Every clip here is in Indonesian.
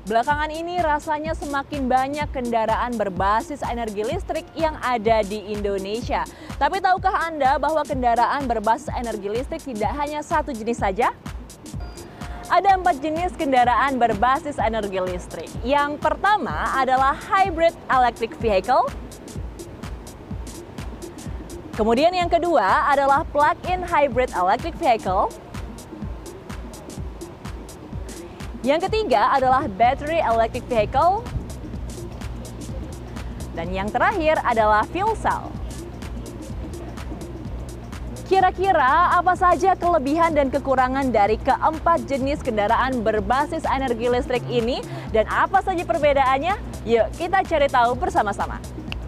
Belakangan ini rasanya semakin banyak kendaraan berbasis energi listrik yang ada di Indonesia. Tapi tahukah Anda bahwa kendaraan berbasis energi listrik tidak hanya satu jenis saja? Ada 4 jenis kendaraan berbasis energi listrik. Yang pertama adalah hybrid electric vehicle. Kemudian yang kedua adalah plug-in hybrid electric vehicle. Yang ketiga adalah battery electric vehicle. Dan yang terakhir adalah fuel cell. Kira-kira apa saja kelebihan dan kekurangan dari keempat jenis kendaraan berbasis energi listrik ini dan apa saja perbedaannya? Yuk kita cari tahu bersama-sama.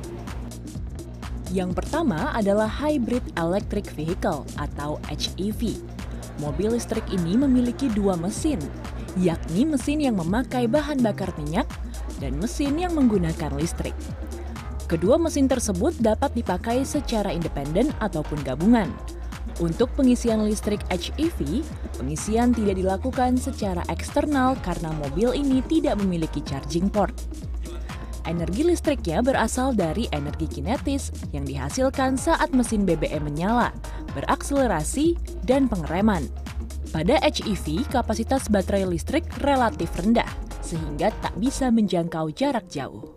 Yang pertama adalah hybrid electric vehicle atau HEV. Mobil listrik ini memiliki dua mesin, yakni mesin yang memakai bahan bakar minyak dan mesin yang menggunakan listrik. Kedua mesin tersebut dapat dipakai secara independen ataupun gabungan. Untuk pengisian listrik HEV, pengisian tidak dilakukan secara eksternal karena mobil ini tidak memiliki charging port. Energi listriknya berasal dari energi kinetis yang dihasilkan saat mesin BBM menyala, berakselerasi, dan pengereman. Pada HEV, kapasitas baterai listrik relatif rendah, sehingga tak bisa menjangkau jarak jauh.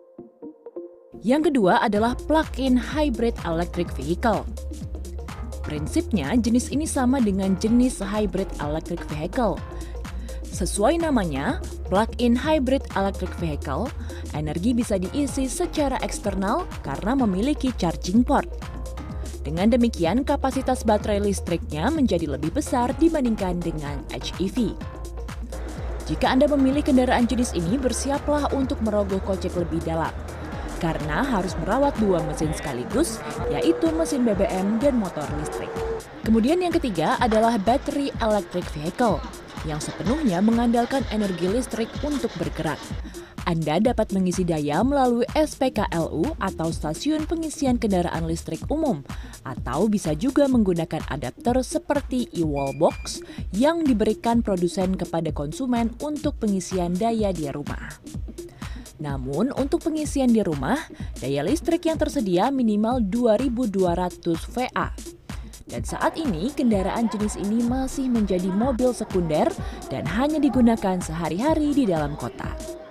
Yang kedua adalah plug-in hybrid electric vehicle. Prinsipnya, jenis ini sama dengan jenis hybrid electric vehicle. Sesuai namanya, plug-in hybrid electric vehicle, energi bisa diisi secara eksternal karena memiliki charging port. Dengan demikian, kapasitas baterai listriknya menjadi lebih besar dibandingkan dengan HEV. Jika Anda memilih kendaraan jenis ini, bersiaplah untuk merogoh kocek lebih dalam. Karena harus merawat dua mesin sekaligus, yaitu mesin BBM dan motor listrik. Kemudian yang ketiga adalah battery electric vehicle, yang sepenuhnya mengandalkan energi listrik untuk bergerak. Anda dapat mengisi daya melalui SPKLU atau stasiun pengisian kendaraan listrik umum, atau bisa juga menggunakan adapter seperti e-wallbox yang diberikan produsen kepada konsumen untuk pengisian daya di rumah. Namun, untuk pengisian di rumah, daya listrik yang tersedia minimal 2.200 VA. Dan saat ini, kendaraan jenis ini masih menjadi mobil sekunder dan hanya digunakan sehari-hari di dalam kota.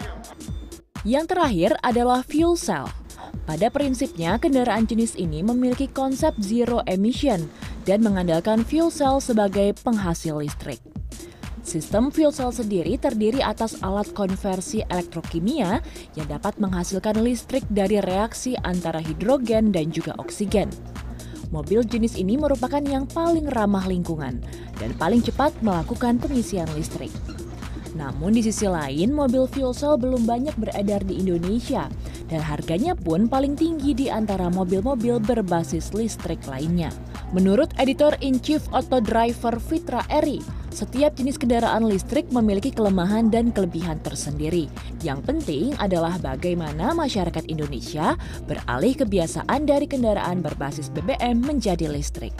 Yang terakhir adalah fuel cell. Pada prinsipnya, kendaraan jenis ini memiliki konsep zero emission dan mengandalkan fuel cell sebagai penghasil listrik. Sistem fuel cell sendiri terdiri atas alat konversi elektrokimia yang dapat menghasilkan listrik dari reaksi antara hidrogen dan juga oksigen. Mobil jenis ini merupakan yang paling ramah lingkungan dan paling cepat melakukan pengisian listrik. Namun di sisi lain, mobil fuel cell belum banyak beredar di Indonesia dan harganya pun paling tinggi di antara mobil-mobil berbasis listrik lainnya. Menurut Editor-in-Chief Auto Driver Fitra Eri, setiap jenis kendaraan listrik memiliki kelemahan dan kelebihan tersendiri. Yang penting adalah bagaimana masyarakat Indonesia beralih kebiasaan dari kendaraan berbasis BBM menjadi listrik.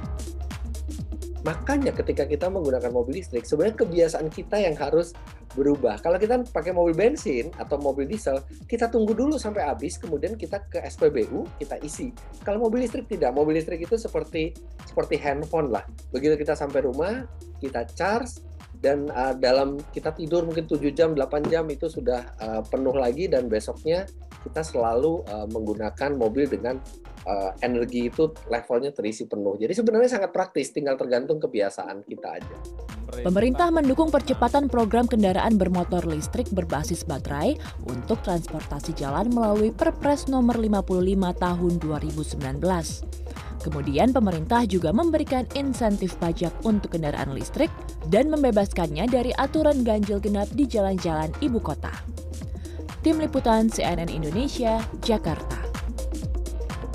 Makanya ketika kita menggunakan mobil listrik, sebenarnya kebiasaan kita yang harus berubah. Kalau kita pakai mobil bensin atau mobil diesel, kita tunggu dulu sampai habis, kemudian kita ke SPBU, kita isi. Kalau mobil listrik tidak, mobil listrik itu seperti handphone lah. Begitu kita sampai rumah, kita charge, dan dalam kita tidur mungkin 7 jam, 8 jam itu sudah penuh lagi, dan besoknya kita selalu menggunakan mobil dengan energi itu levelnya terisi penuh. Jadi sebenarnya sangat praktis, tinggal tergantung kebiasaan kita aja. Pemerintah mendukung percepatan program kendaraan bermotor listrik berbasis baterai untuk transportasi jalan melalui Perpres nomor 55 tahun 2019. Kemudian pemerintah juga memberikan insentif pajak untuk kendaraan listrik dan membebaskannya dari aturan ganjil genap di jalan-jalan ibu kota. Tim Liputan CNN Indonesia, Jakarta.